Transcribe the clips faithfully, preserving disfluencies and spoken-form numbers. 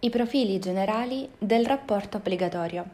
I profili generali del rapporto obbligatorio.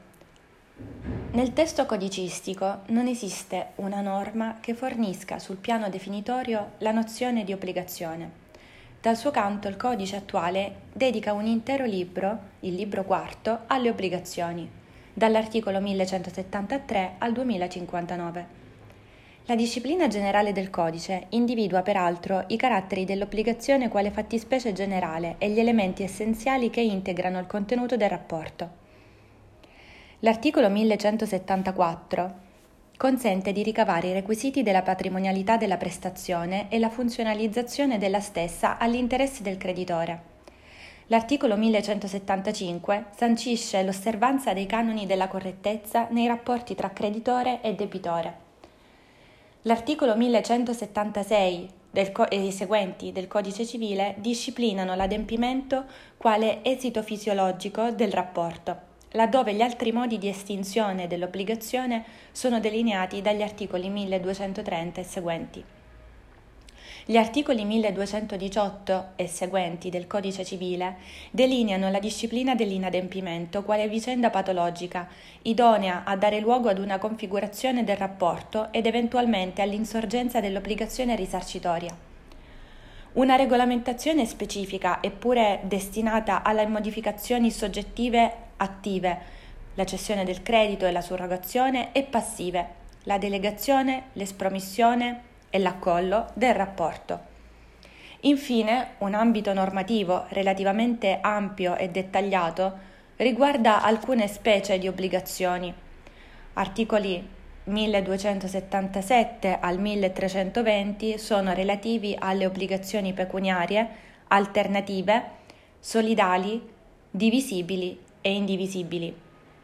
Nel testo codicistico non esiste una norma che fornisca sul piano definitorio la nozione di obbligazione. Dal suo canto il codice attuale dedica un intero libro, il libro quarto, alle obbligazioni, dall'articolo millecentosettantatré al duemilacinquantanove. La disciplina generale del codice individua peraltro i caratteri dell'obbligazione quale fattispecie generale e gli elementi essenziali che integrano il contenuto del rapporto. L'articolo millecentosettantaquattro consente di ricavare i requisiti della patrimonialità della prestazione e la funzionalizzazione della stessa all'interesse del creditore. L'articolo millecentosettantacinque sancisce l'osservanza dei canoni della correttezza nei rapporti tra creditore e debitore. L'articolo millecentosettantasei del co- e i seguenti del Codice Civile disciplinano l'adempimento quale esito fisiologico del rapporto, laddove gli altri modi di estinzione dell'obbligazione sono delineati dagli articoli milleduecentotrenta e seguenti. Gli articoli milleduecentodiciotto e seguenti del Codice Civile delineano la disciplina dell'inadempimento quale vicenda patologica, idonea a dare luogo ad una configurazione del rapporto ed eventualmente all'insorgenza dell'obbligazione risarcitoria. Una regolamentazione specifica, eppure destinata alle modificazioni soggettive attive, la cessione del credito e la surrogazione, e passive, la delegazione, l'espromissione e l'accollo del rapporto. Infine, un ambito normativo relativamente ampio e dettagliato riguarda alcune specie di obbligazioni. Articoli milleduecentosettantasette al milletrecentoventi sono relativi alle obbligazioni pecuniarie, alternative, solidali, divisibili e indivisibili.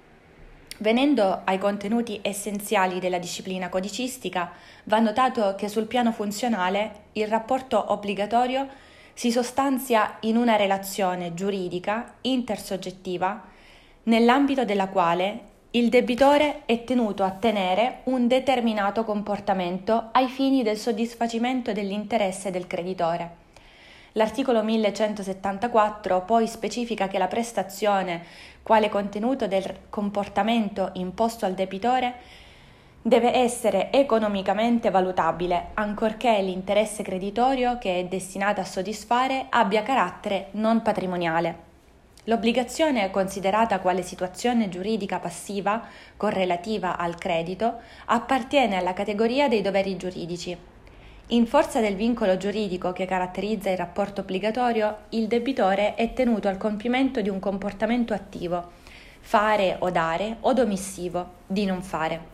Venendo ai contenuti essenziali della disciplina codicistica, va notato che sul piano funzionale il rapporto obbligatorio si sostanzia in una relazione giuridica intersoggettiva nell'ambito della quale il debitore è tenuto a tenere un determinato comportamento ai fini del soddisfacimento dell'interesse del creditore. L'articolo millecentosettantaquattro poi specifica che la prestazione, quale contenuto del comportamento imposto al debitore, deve essere economicamente valutabile, ancorché l'interesse creditorio che è destinato a soddisfare abbia carattere non patrimoniale. L'obbligazione, considerata quale situazione giuridica passiva correlativa al credito, appartiene alla categoria dei doveri giuridici. In forza del vincolo giuridico che caratterizza il rapporto obbligatorio, il debitore è tenuto al compimento di un comportamento attivo, fare o dare, o omissivo, di non fare.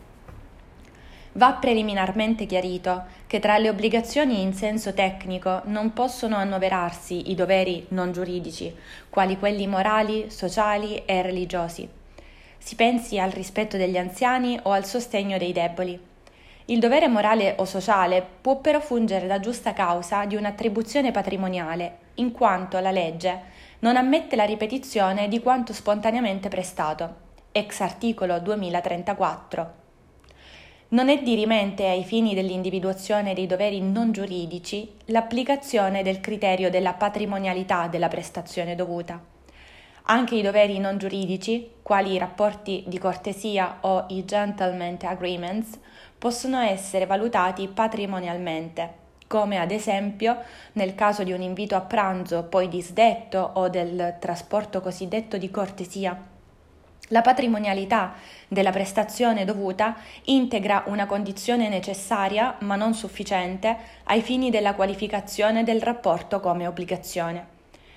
Va preliminarmente chiarito che tra le obbligazioni in senso tecnico non possono annoverarsi i doveri non giuridici, quali quelli morali, sociali e religiosi. Si pensi al rispetto degli anziani o al sostegno dei deboli. Il dovere morale o sociale può però fungere da giusta causa di un'attribuzione patrimoniale, in quanto la legge non ammette la ripetizione di quanto spontaneamente prestato, ex articolo duemilatrentaquattro. Non è dirimente ai fini dell'individuazione dei doveri non giuridici l'applicazione del criterio della patrimonialità della prestazione dovuta. Anche i doveri non giuridici, quali i rapporti di cortesia o i gentleman agreements, possono essere valutati patrimonialmente, come ad esempio nel caso di un invito a pranzo poi disdetto o del trasporto cosiddetto di cortesia. La patrimonialità della prestazione dovuta integra una condizione necessaria ma non sufficiente ai fini della qualificazione del rapporto come obbligazione.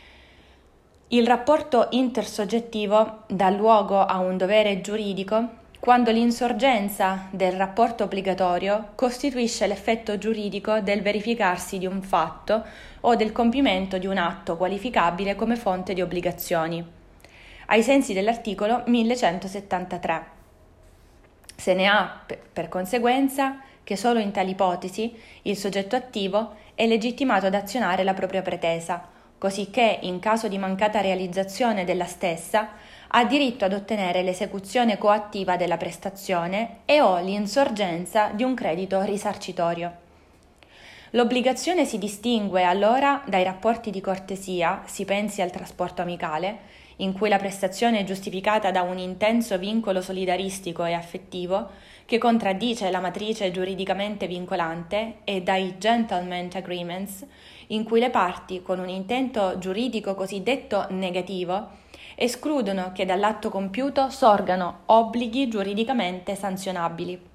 Il rapporto intersoggettivo dà luogo a un dovere giuridico quando l'insorgenza del rapporto obbligatorio costituisce l'effetto giuridico del verificarsi di un fatto o del compimento di un atto qualificabile come fonte di obbligazioni, ai sensi dell'articolo millecentosettantatré. Se ne ha, per conseguenza, che solo in tali ipotesi il soggetto attivo è legittimato ad azionare la propria pretesa, cosicché in caso di mancata realizzazione della stessa ha diritto ad ottenere l'esecuzione coattiva della prestazione e o l'insorgenza di un credito risarcitorio. L'obbligazione si distingue allora dai rapporti di cortesia, si pensi al trasporto amicale, in cui la prestazione è giustificata da un intenso vincolo solidaristico e affettivo che contraddice la matrice giuridicamente vincolante, e dai gentleman agreements, in cui le parti, con un intento giuridico cosiddetto negativo, escludono che dall'atto compiuto sorgano obblighi giuridicamente sanzionabili.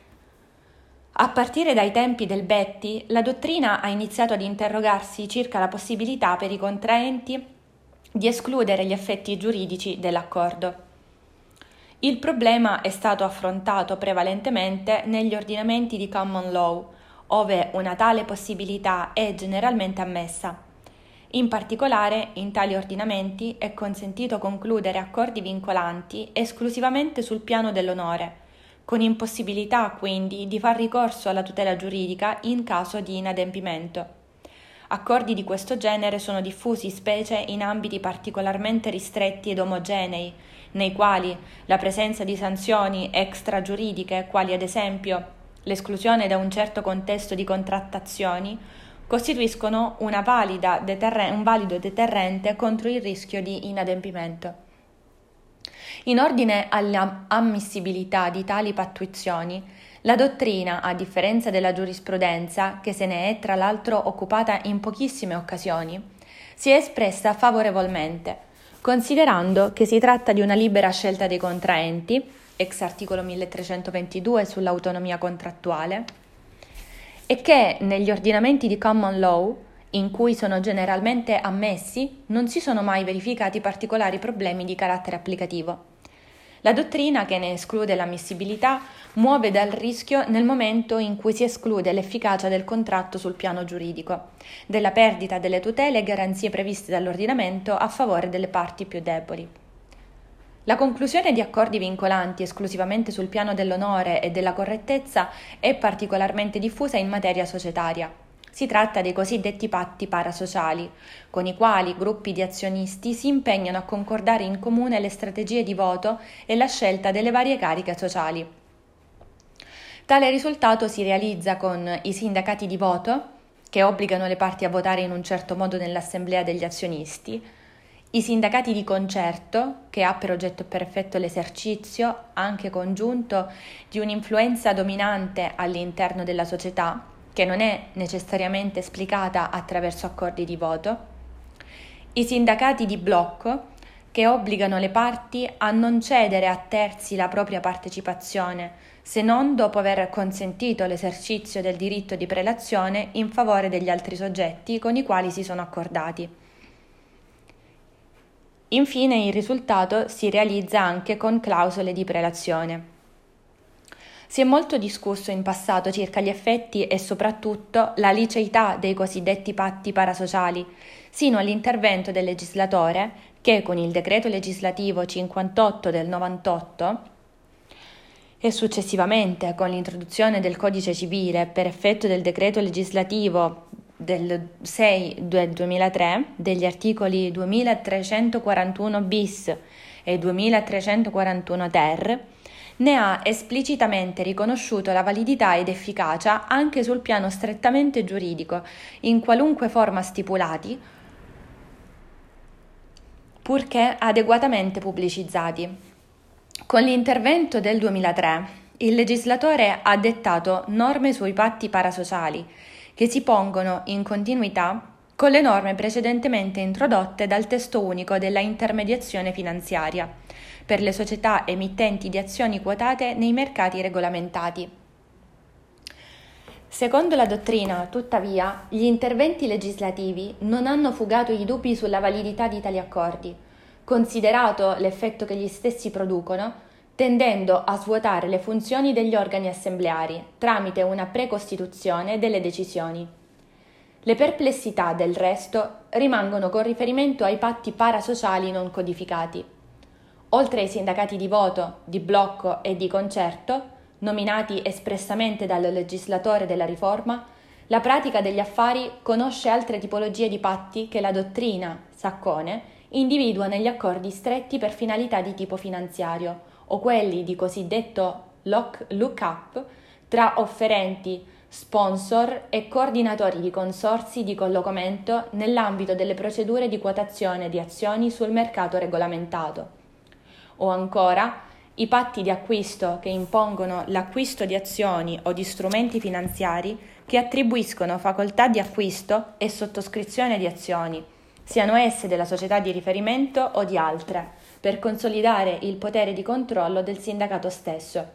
A partire dai tempi del Betti, la dottrina ha iniziato ad interrogarsi circa la possibilità per i contraenti di escludere gli effetti giuridici dell'accordo. Il problema è stato affrontato prevalentemente negli ordinamenti di common law, ove una tale possibilità è generalmente ammessa. In particolare, in tali ordinamenti è consentito concludere accordi vincolanti esclusivamente sul piano dell'onore, con impossibilità quindi di far ricorso alla tutela giuridica in caso di inadempimento. Accordi di questo genere sono diffusi specie in ambiti particolarmente ristretti ed omogenei, nei quali la presenza di sanzioni extragiuridiche, quali ad esempio l'esclusione da un certo contesto di contrattazioni, costituiscono una valida deterre- un valido deterrente contro il rischio di inadempimento. In ordine all'ammissibilità di tali pattuizioni, la dottrina, a differenza della giurisprudenza, che se ne è tra l'altro occupata in pochissime occasioni, si è espressa favorevolmente, considerando che si tratta di una libera scelta dei contraenti, ex articolo milletrecentoventidue sull'autonomia contrattuale, e che negli ordinamenti di common law, in cui sono generalmente ammessi, non si sono mai verificati particolari problemi di carattere applicativo. La dottrina, che ne esclude l'ammissibilità, muove dal rischio nel momento in cui si esclude l'efficacia del contratto sul piano giuridico, della perdita delle tutele e garanzie previste dall'ordinamento a favore delle parti più deboli. La conclusione di accordi vincolanti esclusivamente sul piano dell'onore e della correttezza è particolarmente diffusa in materia societaria. Si tratta dei cosiddetti patti parasociali, con i quali gruppi di azionisti si impegnano a concordare in comune le strategie di voto e la scelta delle varie cariche sociali. Tale risultato si realizza con i sindacati di voto, che obbligano le parti a votare in un certo modo nell'assemblea degli azionisti, i sindacati di concerto, che ha per oggetto e per effetto l'esercizio, anche congiunto, di un'influenza dominante all'interno della società, che non è necessariamente esplicata attraverso accordi di voto, i sindacati di blocco, che obbligano le parti a non cedere a terzi la propria partecipazione, se non dopo aver consentito l'esercizio del diritto di prelazione in favore degli altri soggetti con i quali si sono accordati. Infine il risultato si realizza anche con clausole di prelazione. Si è molto discusso in passato circa gli effetti e soprattutto la liceità dei cosiddetti patti parasociali, sino all'intervento del legislatore che con il decreto legislativo cinquantotto del novantotto e successivamente con l'introduzione del codice civile per effetto del decreto legislativo del sei del duemilatré degli articoli duemilatrecentoquarantuno bis e duemilatrecentoquarantuno ter, ne ha esplicitamente riconosciuto la validità ed efficacia anche sul piano strettamente giuridico, in qualunque forma stipulati, purché adeguatamente pubblicizzati. Con l'intervento del duemilatré, il legislatore ha dettato norme sui patti parasociali, che si pongono in continuità con le norme precedentemente introdotte dal testo unico della intermediazione finanziaria per le società emittenti di azioni quotate nei mercati regolamentati. Secondo la dottrina, tuttavia, gli interventi legislativi non hanno fugato i dubbi sulla validità di tali accordi, considerato l'effetto che gli stessi producono, tendendo a svuotare le funzioni degli organi assembleari tramite una precostituzione delle decisioni. Le perplessità, del resto, rimangono con riferimento ai patti parasociali non codificati. Oltre ai sindacati di voto, di blocco e di concerto, nominati espressamente dal legislatore della riforma, la pratica degli affari conosce altre tipologie di patti che la dottrina Saccone individua negli accordi stretti per finalità di tipo finanziario o quelli di cosiddetto lock-up tra offerenti sponsor e coordinatori di consorzi di collocamento nell'ambito delle procedure di quotazione di azioni sul mercato regolamentato. O ancora, i patti di acquisto che impongono l'acquisto di azioni o di strumenti finanziari che attribuiscono facoltà di acquisto e sottoscrizione di azioni, siano esse della società di riferimento o di altre, per consolidare il potere di controllo del sindacato stesso.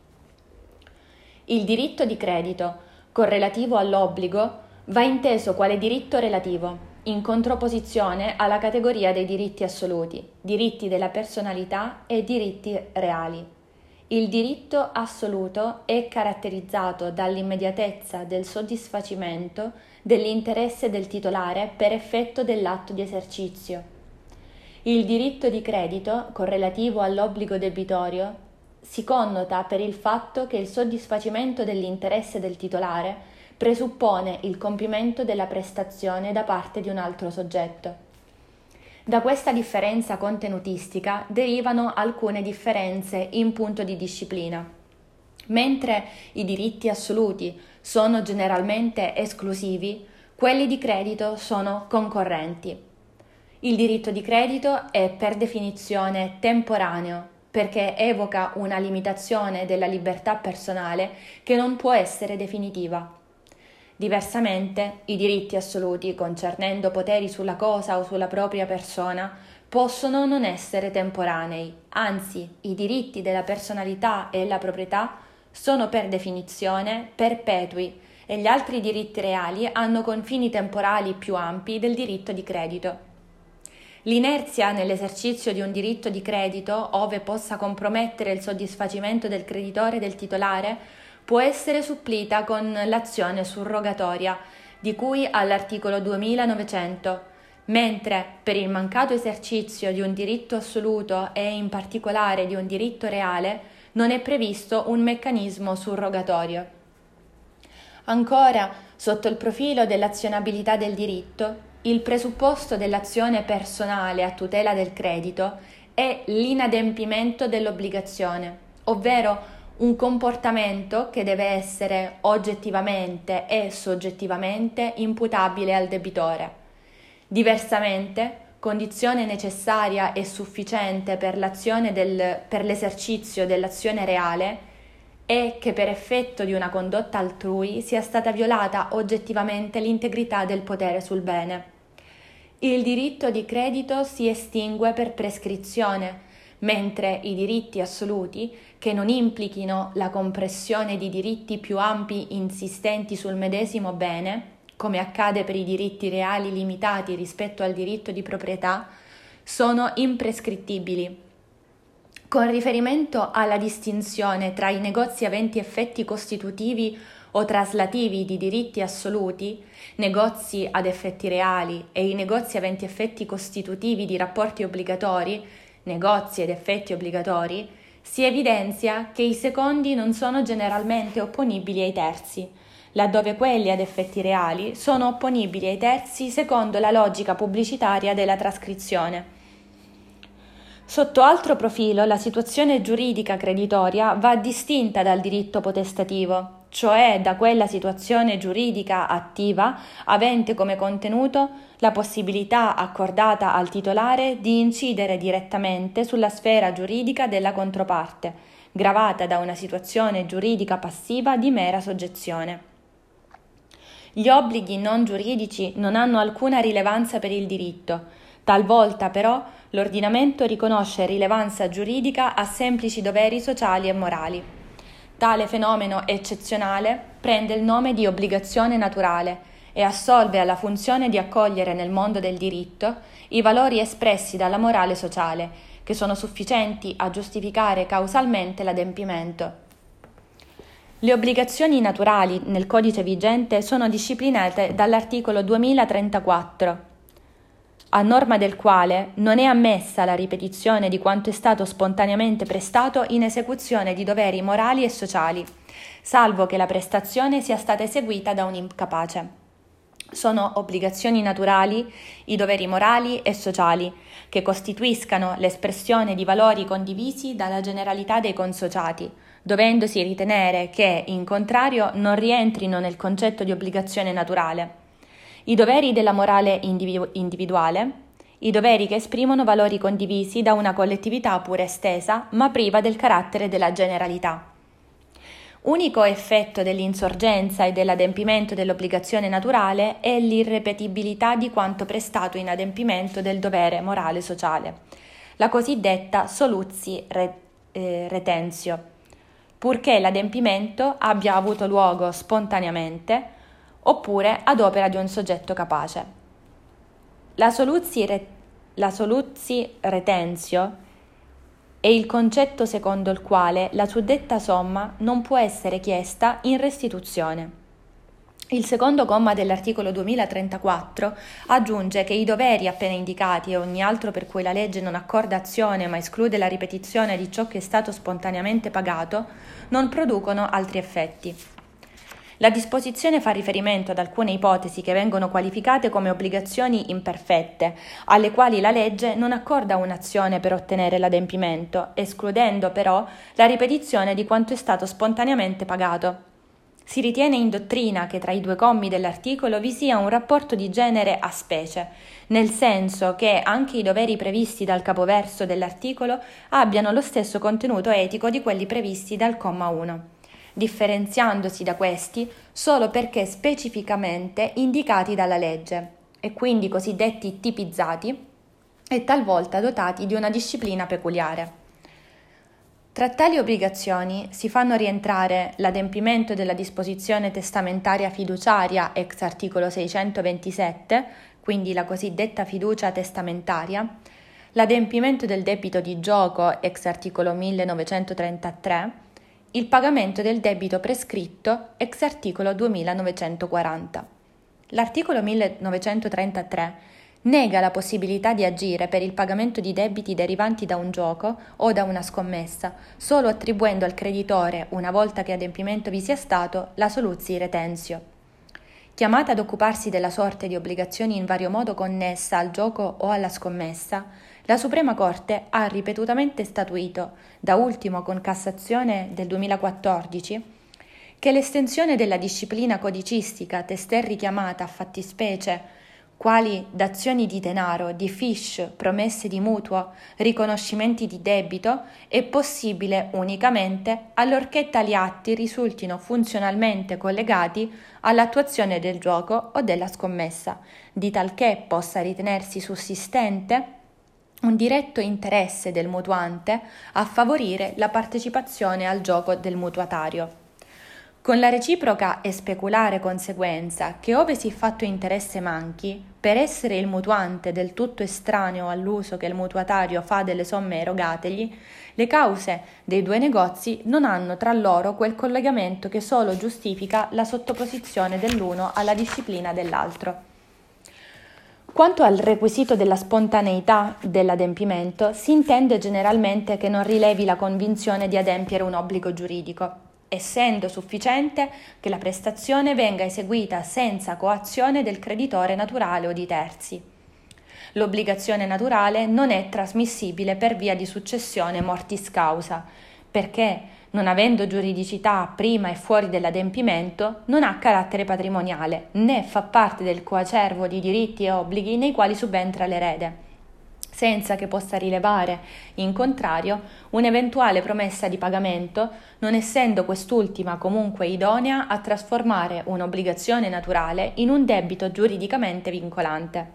Il diritto di credito, correlativo all'obbligo, va inteso quale diritto relativo, in controposizione alla categoria dei diritti assoluti, diritti della personalità e diritti reali. Il diritto assoluto è caratterizzato dall'immediatezza del soddisfacimento dell'interesse del titolare per effetto dell'atto di esercizio. Il diritto di credito, correlativo all'obbligo debitorio, si connota per il fatto che il soddisfacimento dell'interesse del titolare presuppone il compimento della prestazione da parte di un altro soggetto. Da questa differenza contenutistica derivano alcune differenze in punto di disciplina. Mentre i diritti assoluti sono generalmente esclusivi, quelli di credito sono concorrenti. Il diritto di credito è per definizione temporaneo, perché evoca una limitazione della libertà personale che non può essere definitiva. Diversamente, i diritti assoluti concernendo poteri sulla cosa o sulla propria persona possono non essere temporanei, anzi, i diritti della personalità e la proprietà sono per definizione perpetui e gli altri diritti reali hanno confini temporali più ampi del diritto di credito. L'inerzia nell'esercizio di un diritto di credito, ove possa compromettere il soddisfacimento del creditore e del titolare, può essere supplita con l'azione surrogatoria, di cui all'articolo duemilanovecento, mentre per il mancato esercizio di un diritto assoluto e in particolare di un diritto reale non è previsto un meccanismo surrogatorio. Ancora, sotto il profilo dell'azionabilità del diritto, il presupposto dell'azione personale a tutela del credito è l'inadempimento dell'obbligazione, ovvero un comportamento che deve essere oggettivamente e soggettivamente imputabile al debitore. Diversamente, condizione necessaria e sufficiente per l'azione del, per l'esercizio dell'azione reale è che per effetto di una condotta altrui sia stata violata oggettivamente l'integrità del potere sul bene. Il diritto di credito si estingue per prescrizione, mentre i diritti assoluti, che non implichino la compressione di diritti più ampi insistenti sul medesimo bene, come accade per i diritti reali limitati rispetto al diritto di proprietà, sono imprescrittibili. Con riferimento alla distinzione tra i negozi aventi effetti costitutivi o traslativi di diritti assoluti, negozi ad effetti reali, e i negozi aventi effetti costitutivi di rapporti obbligatori, negozi ed effetti obbligatori, si evidenzia che i secondi non sono generalmente opponibili ai terzi, laddove quelli ad effetti reali sono opponibili ai terzi secondo la logica pubblicitaria della trascrizione. Sotto altro profilo, la situazione giuridica creditoria va distinta dal diritto potestativo, cioè da quella situazione giuridica attiva avente come contenuto la possibilità accordata al titolare di incidere direttamente sulla sfera giuridica della controparte, gravata da una situazione giuridica passiva di mera soggezione. Gli obblighi non giuridici non hanno alcuna rilevanza per il diritto, talvolta però l'ordinamento riconosce rilevanza giuridica a semplici doveri sociali e morali. Tale fenomeno eccezionale prende il nome di obbligazione naturale e assolve alla funzione di accogliere nel mondo del diritto i valori espressi dalla morale sociale, che sono sufficienti a giustificare causalmente l'adempimento. Le obbligazioni naturali nel codice vigente sono disciplinate dall'articolo duemilatrentaquattro, a norma del quale non è ammessa la ripetizione di quanto è stato spontaneamente prestato in esecuzione di doveri morali e sociali, salvo che la prestazione sia stata eseguita da un incapace. Sono obbligazioni naturali i doveri morali e sociali, che costituiscano l'espressione di valori condivisi dalla generalità dei consociati, dovendosi ritenere che, in contrario, non rientrino nel concetto di obbligazione naturale. I doveri della morale individu- individuale, i doveri che esprimono valori condivisi da una collettività pure estesa, ma priva del carattere della generalità. Unico effetto dell'insorgenza e dell'adempimento dell'obbligazione naturale è l'irrepetibilità di quanto prestato in adempimento del dovere morale sociale, la cosiddetta solutio retentio, purché l'adempimento abbia avuto luogo spontaneamente oppure ad opera di un soggetto capace. La solutio retentio è il concetto secondo il quale la suddetta somma non può essere chiesta in restituzione. Il secondo comma dell'articolo duemilatrentaquattro aggiunge che i doveri appena indicati e ogni altro per cui la legge non accorda azione ma esclude la ripetizione di ciò che è stato spontaneamente pagato non producono altri effetti. La disposizione fa riferimento ad alcune ipotesi che vengono qualificate come obbligazioni imperfette, alle quali la legge non accorda un'azione per ottenere l'adempimento, escludendo però la ripetizione di quanto è stato spontaneamente pagato. Si ritiene in dottrina che tra i due commi dell'articolo vi sia un rapporto di genere a specie, nel senso che anche i doveri previsti dal capoverso dell'articolo abbiano lo stesso contenuto etico di quelli previsti dal comma uno. Differenziandosi da questi solo perché specificamente indicati dalla legge e quindi cosiddetti tipizzati e talvolta dotati di una disciplina peculiare. Tra tali obbligazioni si fanno rientrare l'adempimento della disposizione testamentaria fiduciaria ex articolo seicentoventisette, quindi la cosiddetta fiducia testamentaria, l'adempimento del debito di gioco ex articolo millenovecentotrentatré, il pagamento del debito prescritto ex articolo duemilanovecentoquaranta. L'articolo millenovecentotrentatré nega la possibilità di agire per il pagamento di debiti derivanti da un gioco o da una scommessa, solo attribuendo al creditore, una volta che adempimento vi sia stato, la solutio retentio. Chiamata ad occuparsi della sorte di obbligazioni in vario modo connessa al gioco o alla scommessa, la Suprema Corte ha ripetutamente statuito, da ultimo con Cassazione del duemilaquattordici, che l'estensione della disciplina codicistica testé richiamata a fattispecie quali dazioni di denaro, di fiche, promesse di mutuo, riconoscimenti di debito, è possibile unicamente allorché tali atti risultino funzionalmente collegati all'attuazione del gioco o della scommessa, di talché possa ritenersi sussistente un diretto interesse del mutuante a favorire la partecipazione al gioco del mutuatario. Con la reciproca e speculare conseguenza che ove siffatto interesse manchi, per essere il mutuante del tutto estraneo all'uso che il mutuatario fa delle somme erogategli, le cause dei due negozi non hanno tra loro quel collegamento che solo giustifica la sottoposizione dell'uno alla disciplina dell'altro. Quanto al requisito della spontaneità dell'adempimento, si intende generalmente che non rilevi la convinzione di adempiere un obbligo giuridico, essendo sufficiente che la prestazione venga eseguita senza coazione del creditore naturale o di terzi. L'obbligazione naturale non è trasmissibile per via di successione mortis causa, perché, non avendo giuridicità prima e fuori dell'adempimento, non ha carattere patrimoniale, né fa parte del coacervo di diritti e obblighi nei quali subentra l'erede, senza che possa rilevare, in contrario, un'eventuale promessa di pagamento, non essendo quest'ultima comunque idonea a trasformare un'obbligazione naturale in un debito giuridicamente vincolante.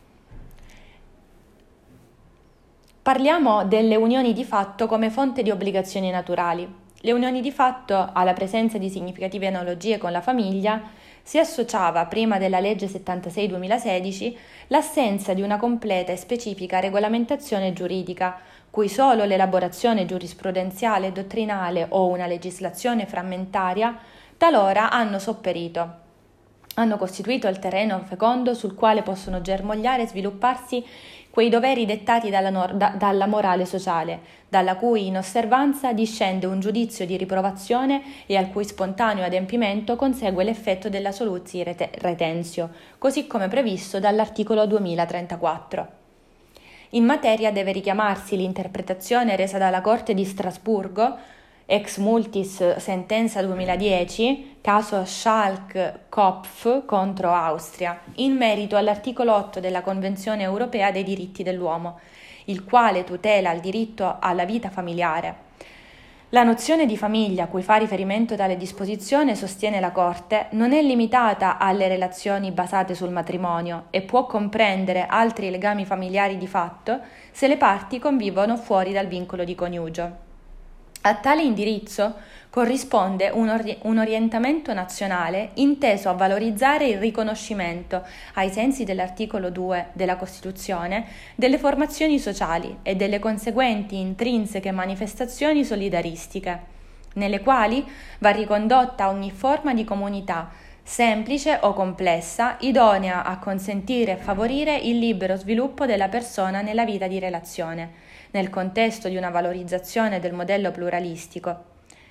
Parliamo delle unioni di fatto come fonte di obbligazioni naturali. Le unioni di fatto, alla presenza di significative analogie con la famiglia, si associava, prima della legge settantasei duemilasedici, l'assenza di una completa e specifica regolamentazione giuridica, cui solo l'elaborazione giurisprudenziale e dottrinale o una legislazione frammentaria talora hanno sopperito. Hanno costituito il terreno fecondo sul quale possono germogliare e svilupparsi quei doveri dettati dalla, nor- da- dalla morale sociale, dalla cui inosservanza discende un giudizio di riprovazione e al cui spontaneo adempimento consegue l'effetto della solutio rete- retentio, così come previsto dall'articolo duemilatrentaquattro. In materia deve richiamarsi l'interpretazione resa dalla Corte di Strasburgo ex multis sentenza duemiladieci, caso Schalk-Kopf contro Austria, in merito all'articolo otto della Convenzione europea dei diritti dell'uomo, il quale tutela il diritto alla vita familiare. La nozione di famiglia a cui fa riferimento tale disposizione, sostiene la Corte, non è limitata alle relazioni basate sul matrimonio e può comprendere altri legami familiari di fatto se le parti convivono fuori dal vincolo di coniugio. A tale indirizzo corrisponde un, ori- un orientamento nazionale inteso a valorizzare il riconoscimento, ai sensi dell'articolo due della Costituzione, delle formazioni sociali e delle conseguenti intrinseche manifestazioni solidaristiche, nelle quali va ricondotta ogni forma di comunità, semplice o complessa, idonea a consentire e favorire il libero sviluppo della persona nella vita di relazione, nel contesto di una valorizzazione del modello pluralistico.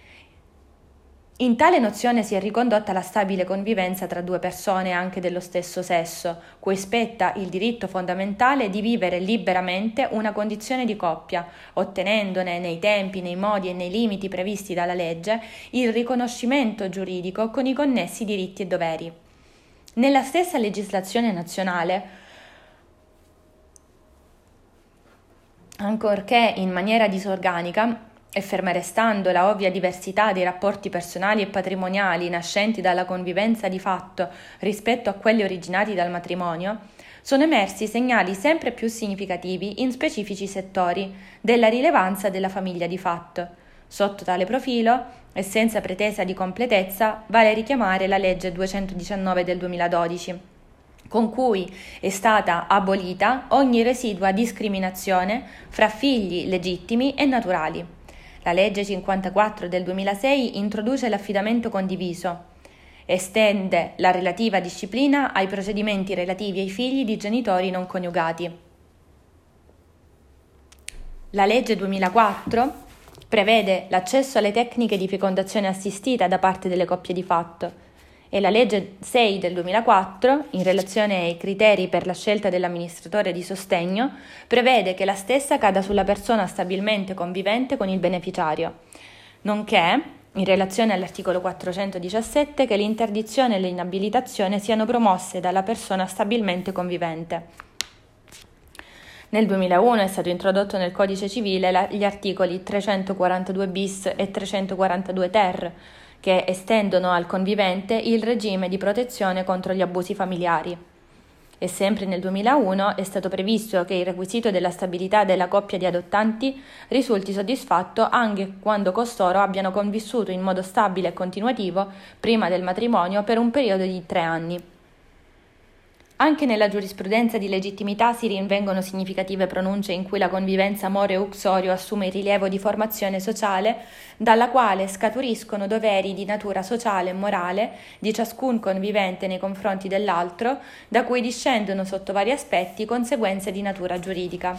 In tale nozione si è ricondotta la stabile convivenza tra due persone anche dello stesso sesso, cui spetta il diritto fondamentale di vivere liberamente una condizione di coppia, ottenendone nei tempi, nei modi e nei limiti previsti dalla legge il riconoscimento giuridico con i connessi diritti e doveri. Nella stessa legislazione nazionale, ancorché in maniera disorganica, e ferma restando la ovvia diversità dei rapporti personali e patrimoniali nascenti dalla convivenza di fatto rispetto a quelli originati dal matrimonio, sono emersi segnali sempre più significativi in specifici settori della rilevanza della famiglia di fatto. Sotto tale profilo, e senza pretesa di completezza, vale richiamare la legge duecentodiciannove del duemiladodici, con cui è stata abolita ogni residua discriminazione fra figli legittimi e naturali. La legge cinquantaquattro del duemilasei introduce l'affidamento condiviso, estende la relativa disciplina ai procedimenti relativi ai figli di genitori non coniugati. La legge duemilaquattro prevede l'accesso alle tecniche di fecondazione assistita da parte delle coppie di fatto e la legge sei del duemilaquattro, in relazione ai criteri per la scelta dell'amministratore di sostegno, prevede che la stessa cada sulla persona stabilmente convivente con il beneficiario, nonché, in relazione all'articolo quattrocentodiciassette, che l'interdizione e l'inabilitazione siano promosse dalla persona stabilmente convivente. Nel duemilauno è stato introdotto nel Codice Civile gli articoli trecentoquarantadue bis e trecentoquarantadue ter, che estendono al convivente il regime di protezione contro gli abusi familiari. E sempre nel duemilauno è stato previsto che il requisito della stabilità della coppia di adottanti risulti soddisfatto anche quando costoro abbiano convissuto in modo stabile e continuativo prima del matrimonio per un periodo di tre anni. Anche nella giurisprudenza di legittimità si rinvengono significative pronunce in cui la convivenza more uxorio assume il rilievo di formazione sociale dalla quale scaturiscono doveri di natura sociale e morale di ciascun convivente nei confronti dell'altro, da cui discendono sotto vari aspetti conseguenze di natura giuridica.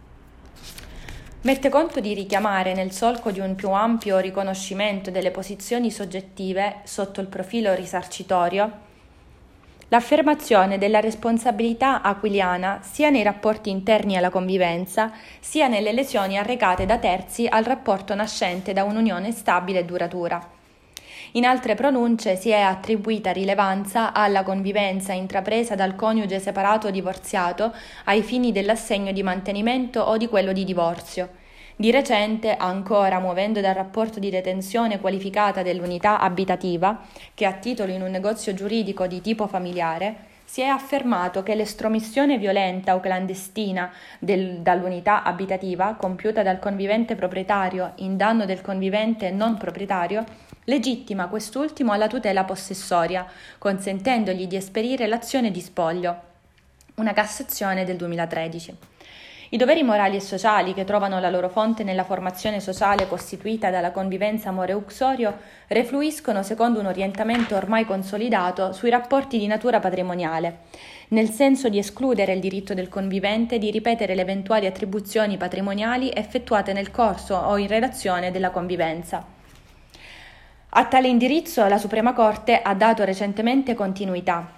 Mette conto di richiamare, nel solco di un più ampio riconoscimento delle posizioni soggettive sotto il profilo risarcitorio, l'affermazione della responsabilità aquiliana sia nei rapporti interni alla convivenza, sia nelle lesioni arrecate da terzi al rapporto nascente da un'unione stabile e duratura. In altre pronunce si è attribuita rilevanza alla convivenza intrapresa dal coniuge separato o divorziato ai fini dell'assegno di mantenimento o di quello di divorzio. Di recente, ancora muovendo dal rapporto di detenzione qualificata dell'unità abitativa, che ha titolo in un negozio giuridico di tipo familiare, si è affermato che l'estromissione violenta o clandestina del, dall'unità abitativa, compiuta dal convivente proprietario in danno del convivente non proprietario, legittima quest'ultimo alla tutela possessoria, consentendogli di esperire l'azione di spoglio. Una Cassazione del duemilatredici. I doveri morali e sociali, che trovano la loro fonte nella formazione sociale costituita dalla convivenza more-uxorio, refluiscono secondo un orientamento ormai consolidato sui rapporti di natura patrimoniale, nel senso di escludere il diritto del convivente di ripetere le eventuali attribuzioni patrimoniali effettuate nel corso o in relazione della convivenza. A tale indirizzo la Suprema Corte ha dato recentemente continuità,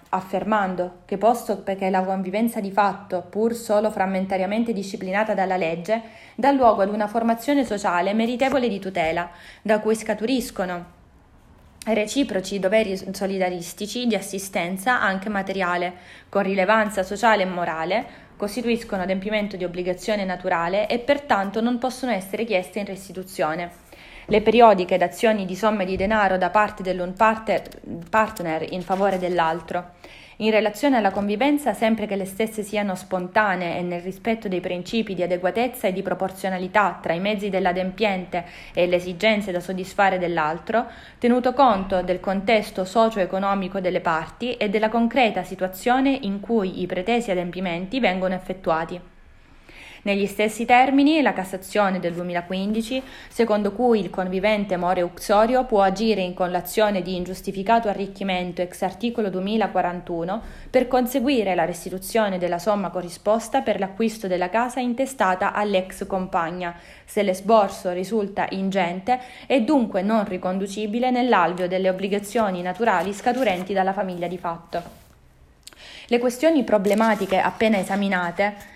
affermando che posto perché la convivenza di fatto, pur solo frammentariamente disciplinata dalla legge, dà luogo ad una formazione sociale meritevole di tutela, da cui scaturiscono reciproci doveri solidaristici di assistenza anche materiale, con rilevanza sociale e morale, costituiscono adempimento di obbligazione naturale e pertanto non possono essere chieste in restituzione. Le periodiche dazioni di somme di denaro da parte dell'un partner in favore dell'altro. In relazione alla convivenza, sempre che le stesse siano spontanee e nel rispetto dei principi di adeguatezza e di proporzionalità tra i mezzi dell'adempiente e le esigenze da soddisfare dell'altro, tenuto conto del contesto socio-economico delle parti e della concreta situazione in cui i pretesi adempimenti vengono effettuati. Negli stessi termini, la Cassazione del duemilaquindici, secondo cui il convivente more uxorio può agire in collazione di ingiustificato arricchimento ex articolo duemilaquarantuno per conseguire la restituzione della somma corrisposta per l'acquisto della casa intestata all'ex compagna, se l'esborso risulta ingente e dunque non riconducibile nell'alveo delle obbligazioni naturali scaturenti dalla famiglia di fatto. Le questioni problematiche appena esaminate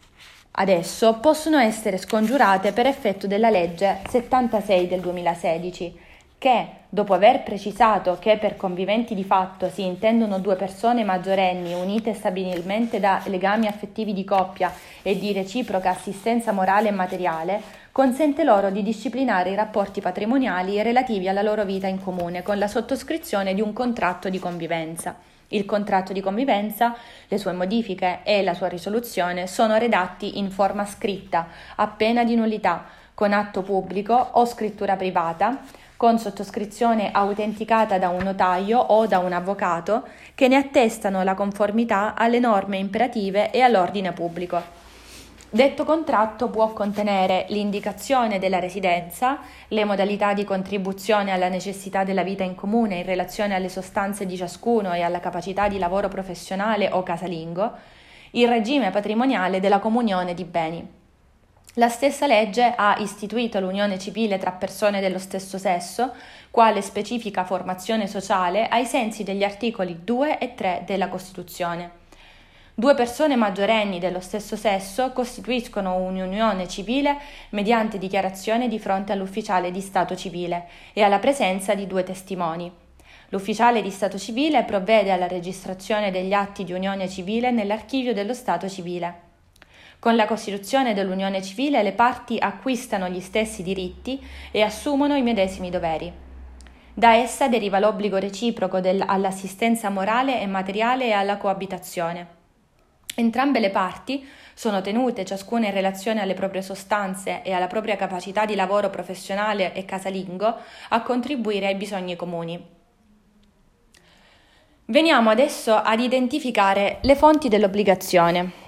adesso possono essere scongiurate per effetto della legge settantasei del duemilasedici, che, dopo aver precisato che per conviventi di fatto si intendono due persone maggiorenni unite stabilmente da legami affettivi di coppia e di reciproca assistenza morale e materiale, consente loro di disciplinare i rapporti patrimoniali relativi alla loro vita in comune con la sottoscrizione di un contratto di convivenza. Il contratto di convivenza, le sue modifiche e la sua risoluzione sono redatti in forma scritta, a pena di nullità, con atto pubblico o scrittura privata, con sottoscrizione autenticata da un notaio o da un avvocato, che ne attestano la conformità alle norme imperative e all'ordine pubblico. Detto contratto può contenere l'indicazione della residenza, le modalità di contribuzione alla necessità della vita in comune in relazione alle sostanze di ciascuno e alla capacità di lavoro professionale o casalingo, il regime patrimoniale della comunione di beni. La stessa legge ha istituito l'unione civile tra persone dello stesso sesso, quale specifica formazione sociale ai sensi degli articoli due e tre della Costituzione. Due persone maggiorenni dello stesso sesso costituiscono un'unione civile mediante dichiarazione di fronte all'ufficiale di stato civile e alla presenza di due testimoni. L'ufficiale di stato civile provvede alla registrazione degli atti di unione civile nell'archivio dello stato civile. Con la costituzione dell'unione civile le parti acquistano gli stessi diritti e assumono i medesimi doveri. Da essa deriva l'obbligo reciproco del, all'assistenza morale e materiale e alla coabitazione. Entrambe le parti sono tenute, ciascuna in relazione alle proprie sostanze e alla propria capacità di lavoro professionale e casalingo, a contribuire ai bisogni comuni. Veniamo adesso ad identificare le fonti dell'obbligazione.